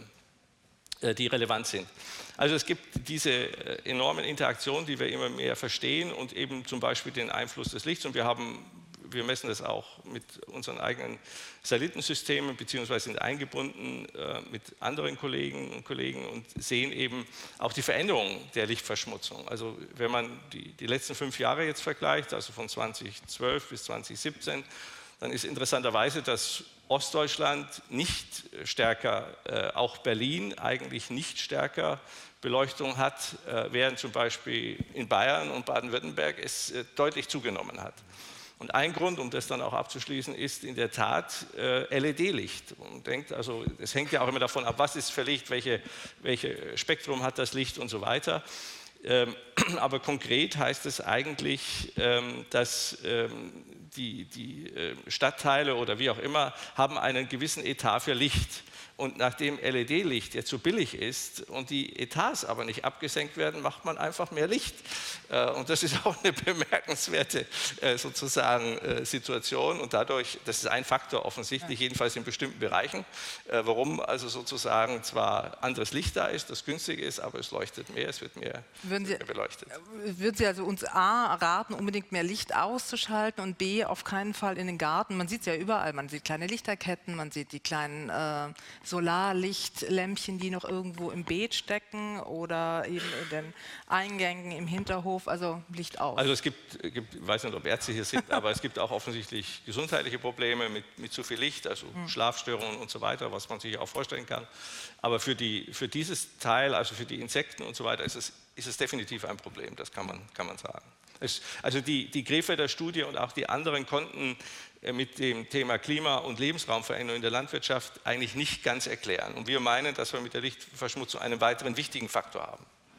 Speaker 6: äh, die relevant sind. Also es gibt diese äh, enormen Interaktionen, die wir immer mehr verstehen und eben zum Beispiel den Einfluss des Lichts. Und wir haben, wir messen das auch mit unseren eigenen Satellitensystemen, beziehungsweise sind eingebunden äh, mit anderen Kolleginnen und Kollegen und sehen eben auch die Veränderung der Lichtverschmutzung. Also wenn man die, die letzten fünf Jahre jetzt vergleicht, also von zweitausendzwölf bis zweitausendsiebzehn, dann ist interessanterweise, dass Ostdeutschland nicht stärker, äh, auch Berlin eigentlich nicht stärker Beleuchtung hat, äh, während zum Beispiel in Bayern und Baden-Württemberg es äh, deutlich zugenommen hat. Und ein Grund, um das dann auch abzuschließen, ist in der Tat äh, L E D-Licht. Man denkt, also es hängt ja auch immer davon ab, was ist für Licht, welche, welche Spektrum hat das Licht und so weiter. Ähm, aber konkret heißt es eigentlich, ähm, dass ähm, die, die äh, Stadtteile oder wie auch immer haben einen gewissen Etat für Licht. Und nachdem L E D-Licht jetzt so billig ist und die Etats aber nicht abgesenkt werden, macht man einfach mehr Licht. Äh, und das ist auch eine bemerkenswerte äh, sozusagen äh, Situation. Und dadurch, das ist ein Faktor offensichtlich, jedenfalls in bestimmten Bereichen, äh, warum also sozusagen zwar anderes Licht da ist, das günstig ist, aber es leuchtet mehr, es wird mehr,
Speaker 3: würden Sie,
Speaker 6: mehr beleuchtet.
Speaker 3: Würden Sie also uns A raten, unbedingt mehr Licht auszuschalten und B auf keinen Fall in den Garten? Man sieht es ja überall, man sieht kleine Lichterketten, man sieht die kleinen äh, Solarlichtlämpchen, die noch irgendwo im Beet stecken oder eben in den Eingängen im Hinterhof, also Licht aus.
Speaker 6: Also es gibt, gibt ich weiß nicht, ob Ärzte hier sind, aber es gibt auch offensichtlich gesundheitliche Probleme mit, mit zu viel Licht, also hm. Schlafstörungen und so weiter, was man sich auch vorstellen kann. Aber für, die, für dieses Teil, also für die Insekten und so weiter, ist es, ist es definitiv ein Problem, das kann man, kann man sagen. Es, also die, die Krefelder Studie und auch die anderen konnten mit dem Thema Klima- und Lebensraumveränderung in der Landwirtschaft eigentlich nicht ganz erklären. Und wir meinen, dass wir mit der Lichtverschmutzung einen weiteren wichtigen Faktor haben.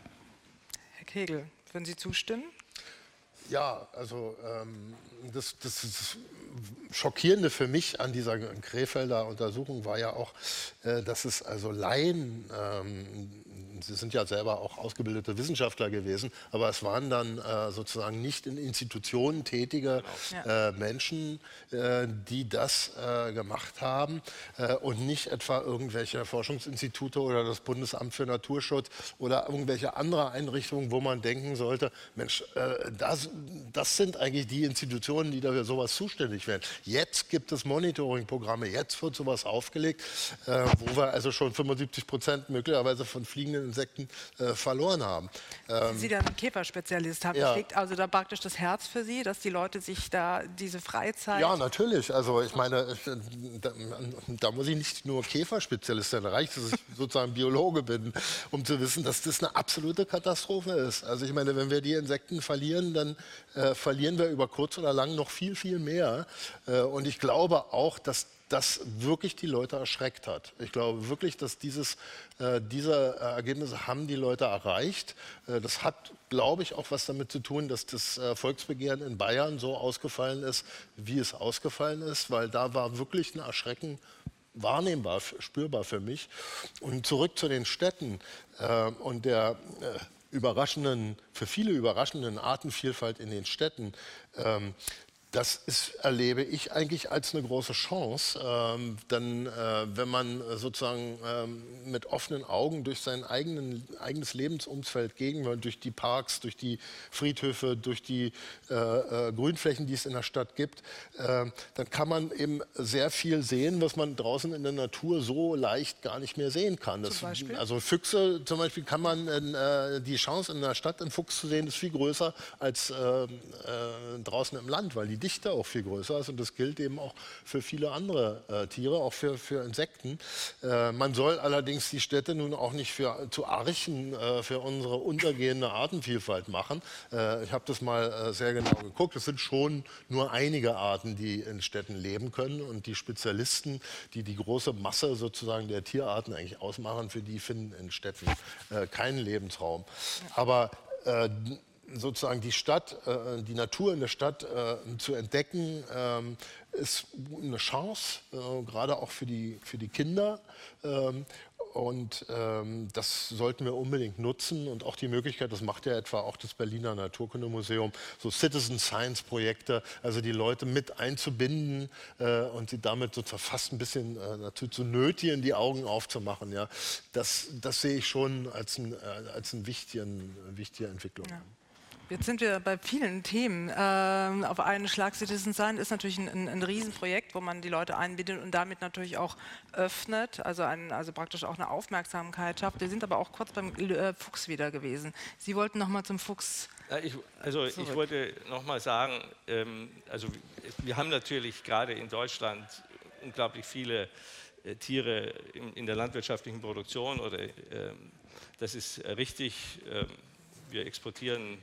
Speaker 3: Herr Kegel, würden Sie zustimmen?
Speaker 4: Ja, also ähm, das, das, das Schockierende für mich an dieser Krefelder Untersuchung war ja auch, äh, dass es also Laien, ähm, Sie sind ja selber auch ausgebildete Wissenschaftler gewesen, aber es waren dann äh, sozusagen nicht in Institutionen tätige äh, Menschen, äh, die das äh, gemacht haben äh, und nicht etwa irgendwelche Forschungsinstitute oder das Bundesamt für Naturschutz oder irgendwelche andere Einrichtungen, wo man denken sollte, Mensch, äh, das, das sind eigentlich die Institutionen, die dafür sowas zuständig wären. Jetzt gibt es Monitoring-Programme, jetzt wird sowas aufgelegt, äh, wo wir also schon fünfundsiebzig Prozent möglicherweise von fliegenden Insekten äh, verloren haben.
Speaker 3: Ähm, Sie dann einen Käferspezialist haben, ja. Schlägt also da praktisch das Herz für Sie, dass die Leute sich da diese Freizeit...
Speaker 4: Ja, natürlich. Also ich meine, da, da muss ich nicht nur Käferspezialist sein, da reicht es, dass ich sozusagen Biologe bin, um zu wissen, dass das eine absolute Katastrophe ist. Also ich meine, wenn wir die Insekten verlieren, dann äh, verlieren wir über kurz oder lang noch viel, viel mehr. Äh, und ich glaube auch, dass das wirklich die Leute erschreckt hat. Ich glaube wirklich, dass dieses, äh, diese Ergebnisse haben die Leute erreicht. Äh, das hat, glaube ich, auch was damit zu tun, dass das äh, Volksbegehren in Bayern so ausgefallen ist, wie es ausgefallen ist, weil da war wirklich ein Erschrecken wahrnehmbar, spürbar für mich. Und zurück zu den Städten äh, und der äh, überraschenden, für viele überraschenden Artenvielfalt in den Städten. Ähm, Das ist, erlebe ich eigentlich als eine große Chance, ähm, dann, äh, wenn man sozusagen ähm, mit offenen Augen durch sein eigenen, eigenes Lebensumfeld gehen will, durch die Parks, durch die Friedhöfe, durch die äh, äh, Grünflächen, die es in der Stadt gibt, äh, dann kann man eben sehr viel sehen, was man draußen in der Natur so leicht gar nicht mehr sehen kann. Das,
Speaker 3: Zum Beispiel?
Speaker 4: Also Füchse zum Beispiel kann man, in, äh, die Chance in der Stadt einen Fuchs zu sehen, ist viel größer als äh, äh, draußen im Land, weil die Dichte auch viel größer ist und das gilt eben auch für viele andere äh, Tiere, auch für, für Insekten. Äh, man soll allerdings die Städte nun auch nicht für, zu Archen äh, für unsere untergehende Artenvielfalt machen. Äh, ich habe das mal äh, sehr genau geguckt. Es sind schon nur einige Arten, die in Städten leben können und die Spezialisten, die die große Masse sozusagen der Tierarten eigentlich ausmachen, für die finden in Städten äh, keinen Lebensraum. Aber äh, sozusagen die Stadt, äh, die Natur in der Stadt äh, zu entdecken, ähm, ist eine Chance, äh, gerade auch für die, für die Kinder. Ähm, und ähm, das sollten wir unbedingt nutzen und auch die Möglichkeit, das macht ja etwa auch das Berliner Naturkundemuseum, so Citizen Science Projekte, also die Leute mit einzubinden äh, und sie damit sozusagen fast ein bisschen äh, dazu zu nötigen, die Augen aufzumachen. Ja. Das, das sehe ich schon als, ein, äh, als eine wichtige, wichtige Entwicklung.
Speaker 3: Ja. Jetzt sind wir bei vielen Themen. Ähm, auf einen Schlag Citizen Science ist natürlich ein, ein, ein Riesenprojekt, wo man die Leute einbindet und damit natürlich auch öffnet, also, ein, also praktisch auch eine Aufmerksamkeit schafft. Wir sind aber auch kurz beim äh, Fuchs wieder gewesen. Sie wollten noch mal zum Fuchs.
Speaker 6: Ja, ich, also zurück. Ich wollte noch mal sagen, ähm, also wir haben natürlich gerade in Deutschland unglaublich viele äh, Tiere in, in der landwirtschaftlichen Produktion. Oder, äh, das ist äh, richtig. Äh, wir exportieren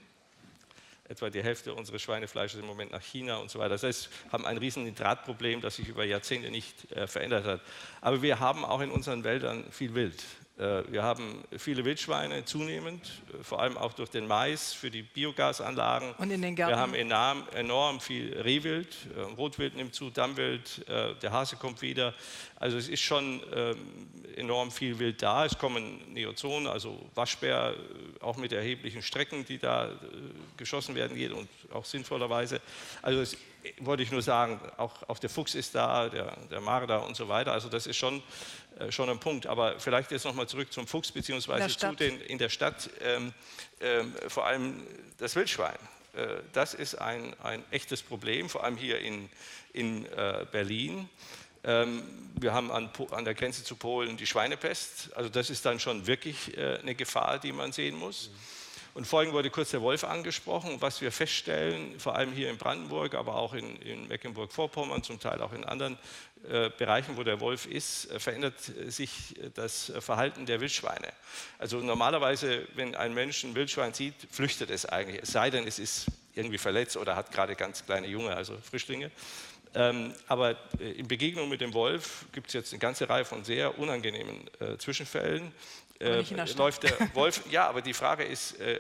Speaker 6: etwa die Hälfte unseres Schweinefleisches im Moment nach China und so weiter. Das heißt, wir haben ein riesen Nitratproblem, das sich über Jahrzehnte nicht äh, verändert hat. Aber wir haben auch in unseren Wäldern viel Wild. Äh, wir haben viele Wildschweine zunehmend, äh, vor allem auch durch den Mais für die Biogasanlagen.
Speaker 3: Und in den Gärten?
Speaker 6: Wir haben enorm, enorm viel Rehwild, äh, Rotwild nimmt zu, Dammwild, äh, der Hase kommt wieder. Also es ist schon äh, enorm viel Wild da. Es kommen Neozonen, also Waschbär, äh, auch mit erheblichen Strecken, die da äh, geschossen werden geht und auch sinnvollerweise. Also das wollte ich nur sagen, auch, auch der Fuchs ist da, der, der Marder und so weiter. Also das ist schon, äh, schon ein Punkt. Aber vielleicht jetzt nochmal zurück zum Fuchs, beziehungsweise zu den in der Stadt, ähm, ähm, vor allem das Wildschwein. Äh, das ist ein, ein echtes Problem, vor allem hier in, in äh, Berlin. Ähm, wir haben an, an der Grenze zu Polen die Schweinepest. Also das ist dann schon wirklich äh, eine Gefahr, die man sehen muss. Und vorhin wurde kurz der Wolf angesprochen. Was wir feststellen, vor allem hier in Brandenburg, aber auch in, in Mecklenburg-Vorpommern, zum Teil auch in anderen äh, Bereichen, wo der Wolf ist, äh, verändert sich das Verhalten der Wildschweine. Also normalerweise, wenn ein Mensch ein Wildschwein sieht, flüchtet es eigentlich. Es sei denn, es ist irgendwie verletzt oder hat gerade ganz kleine Junge, also Frischlinge. Ähm, aber äh, in Begegnung mit dem Wolf gibt es jetzt eine ganze Reihe von sehr unangenehmen äh, Zwischenfällen. Äh, läuft der Wolf, ja, aber die Frage ist, äh,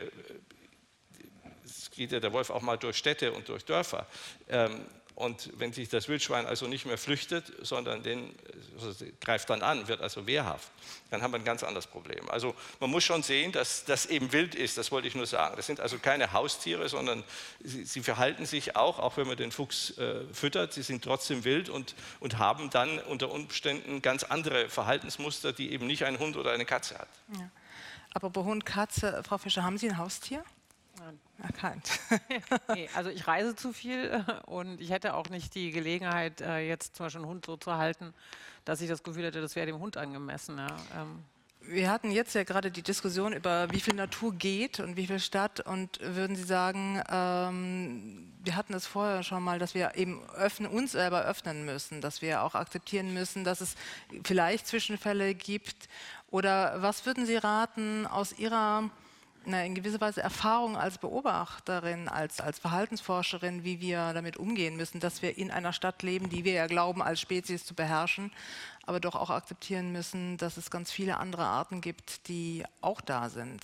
Speaker 6: es geht ja der Wolf auch mal durch Städte und durch Dörfer. Ähm, und wenn sich das Wildschwein also nicht mehr flüchtet, sondern den also greift dann an, wird also wehrhaft, dann haben wir ein ganz anderes Problem. Also man muss schon sehen, dass das eben wild ist, das wollte ich nur sagen. Das sind also keine Haustiere, sondern sie, sie verhalten sich auch, auch wenn man den Fuchs äh, füttert, sie sind trotzdem wild und, und haben dann unter Umständen ganz andere Verhaltensmuster, die eben nicht ein Hund oder eine Katze hat.
Speaker 3: Ja. Apropos Hund, Katze, Frau Fischer, haben Sie ein Haustier?
Speaker 5: Nein.
Speaker 3: Erkannt.
Speaker 5: Nee, also ich reise zu viel und ich hätte auch nicht die Gelegenheit, jetzt zum Beispiel einen Hund so zu halten, dass ich das Gefühl hätte, das wäre dem Hund angemessen. Ja. Ähm.
Speaker 3: Wir hatten jetzt ja gerade die Diskussion über, wie viel Natur geht und wie viel Stadt. Und würden Sie sagen, ähm, wir hatten es vorher schon mal, dass wir eben öffnen, uns selber öffnen müssen, dass wir auch akzeptieren müssen, dass es vielleicht Zwischenfälle gibt. Oder was würden Sie raten aus Ihrer na, in gewisser Weise Erfahrung als Beobachterin, als, als Verhaltensforscherin, wie wir damit umgehen müssen, dass wir in einer Stadt leben, die wir ja glauben, als Spezies zu beherrschen, aber doch auch akzeptieren müssen, dass es ganz viele andere Arten gibt, die auch da sind.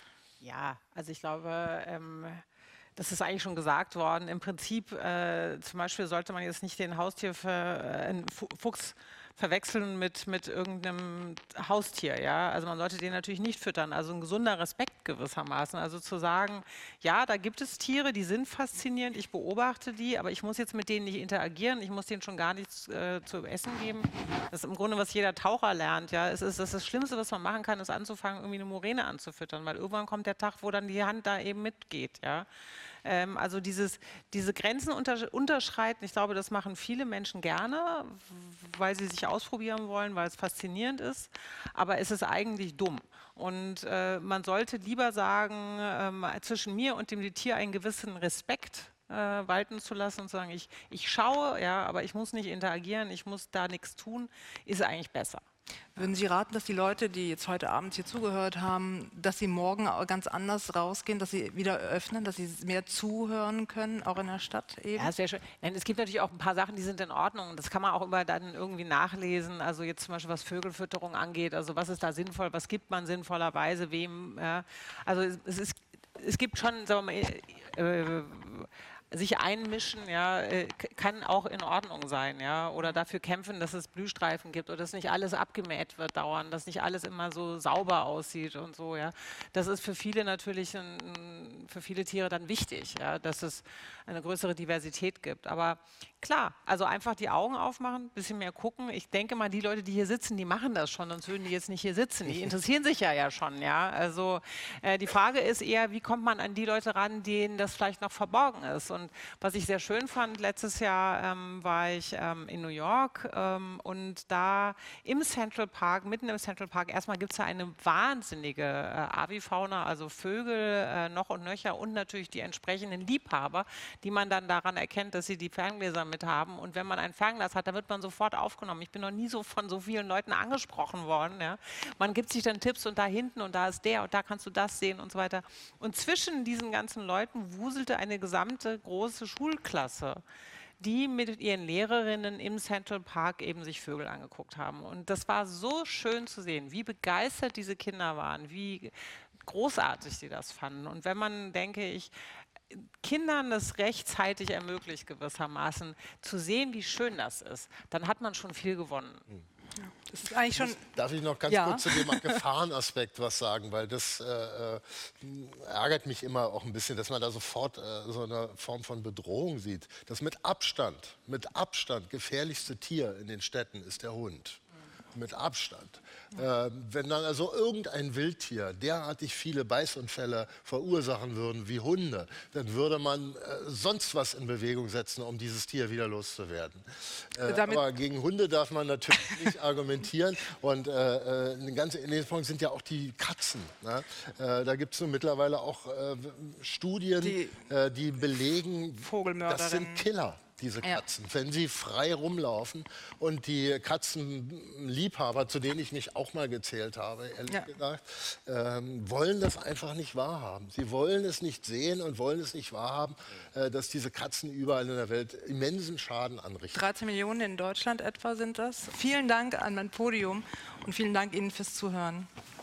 Speaker 5: Ja, also ich glaube, ähm, das ist eigentlich schon gesagt worden. Im Prinzip, äh, zum Beispiel sollte man jetzt nicht den Haustier, für, äh, einen Fuchs verwechseln mit, mit irgendeinem Haustier. Ja? Also man sollte den natürlich nicht füttern. Also ein gesunder Respekt gewissermaßen. Also zu sagen, ja, da gibt es Tiere, die sind faszinierend, ich beobachte die, aber ich muss jetzt mit denen nicht interagieren, ich muss denen schon gar nichts äh, zu essen geben. Das ist im Grunde, was jeder Taucher lernt. Ja? Es ist, das, ist das Schlimmste, was man machen kann, ist anzufangen, irgendwie eine Muräne anzufüttern, weil irgendwann kommt der Tag, wo dann die Hand da eben mitgeht. Ja? Ähm, also dieses, diese Grenzen unter, unterschreiten, ich glaube, das machen viele Menschen gerne, weil sie sich ausprobieren wollen, weil es faszinierend ist, aber es ist eigentlich dumm. Und äh, man sollte lieber sagen, ähm, zwischen mir und dem Tier einen gewissen Respekt äh, walten zu lassen und zu sagen, ich, ich schaue, ja, aber ich muss nicht interagieren, ich muss da nichts tun, ist eigentlich besser.
Speaker 3: Würden Sie raten, dass die Leute, die jetzt heute Abend hier zugehört haben, dass sie morgen ganz anders rausgehen, dass sie wieder öffnen, dass sie mehr zuhören können, auch in der Stadt eben?
Speaker 5: Ja, sehr schön. Nein, es gibt natürlich auch ein paar Sachen, die sind in Ordnung. Das kann man auch immer dann irgendwie nachlesen. Also jetzt zum Beispiel, was Vögelfütterung angeht. Also was ist da sinnvoll, was gibt man sinnvollerweise, wem? Ja. Also es, es, ist, es gibt schon, sagen wir mal, äh, sich einmischen, ja, kann auch in Ordnung sein, ja, oder dafür kämpfen, dass es Blühstreifen gibt oder dass nicht alles abgemäht wird dauernd, dass nicht alles immer so sauber aussieht und so, ja. Das ist für viele natürlich, ein, für viele Tiere dann wichtig, ja, dass es eine größere Diversität gibt. Aber klar, also einfach die Augen aufmachen, ein bisschen mehr gucken. Ich denke mal, die Leute, die hier sitzen, die machen das schon, sonst würden die jetzt nicht hier sitzen. Die interessieren sich ja ja schon, ja. Also äh, die Frage ist eher, wie kommt man an die Leute ran, denen das vielleicht noch verborgen ist. Und was ich sehr schön fand, letztes Jahr ähm, war ich ähm, in New York ähm, und da im Central Park, mitten im Central Park, erstmal gibt es da eine wahnsinnige äh, Avifauna, also Vögel äh, noch und nöcher und natürlich die entsprechenden Liebhaber, die man dann daran erkennt, dass sie die Ferngläser mit haben. Und wenn man ein Fernglas hat, dann wird man sofort aufgenommen. Ich bin noch nie so von so vielen Leuten angesprochen worden. Ja. Man gibt sich dann Tipps und da hinten und da ist der und da kannst du das sehen und so weiter. Und zwischen diesen ganzen Leuten wuselte eine gesamte große Schulklasse, die mit ihren Lehrerinnen im Central Park eben sich Vögel angeguckt haben. Und das war so schön zu sehen, wie begeistert diese Kinder waren, wie großartig sie das fanden. Und wenn man, denke ich, Kindern das rechtzeitig ermöglicht, gewissermaßen zu sehen, wie schön das ist, dann hat man schon viel gewonnen.
Speaker 3: Das ist eigentlich schon.
Speaker 4: Darf ich noch ganz
Speaker 3: ja.
Speaker 4: kurz zu dem Gefahrenaspekt was sagen, weil das äh, ärgert mich immer auch ein bisschen, dass man da sofort äh, so eine Form von Bedrohung sieht. Das mit Abstand, mit Abstand gefährlichste Tier in den Städten ist der Hund. Mit Abstand. Äh, wenn dann also irgendein Wildtier derartig viele Beißunfälle verursachen würden wie Hunde, dann würde man äh, sonst was in Bewegung setzen, um dieses Tier wieder loszuwerden. Äh, aber gegen Hunde darf man natürlich nicht argumentieren. Und äh, äh, ganz in dem Punkt sind ja auch die Katzen. Ne? Äh, da gibt es mittlerweile auch äh, Studien, die, äh, die belegen, das sind Killer. Diese Katzen, ja. Wenn sie frei rumlaufen und die Katzenliebhaber, zu denen ich mich auch mal gezählt habe, ehrlich ja. gesagt, ähm, wollen das einfach nicht wahrhaben. Sie wollen es nicht sehen und wollen es nicht wahrhaben, äh, dass diese Katzen überall in der Welt immensen Schaden anrichten.
Speaker 3: dreizehn Millionen in Deutschland etwa sind das. Vielen Dank an mein Podium und vielen Dank Ihnen fürs Zuhören.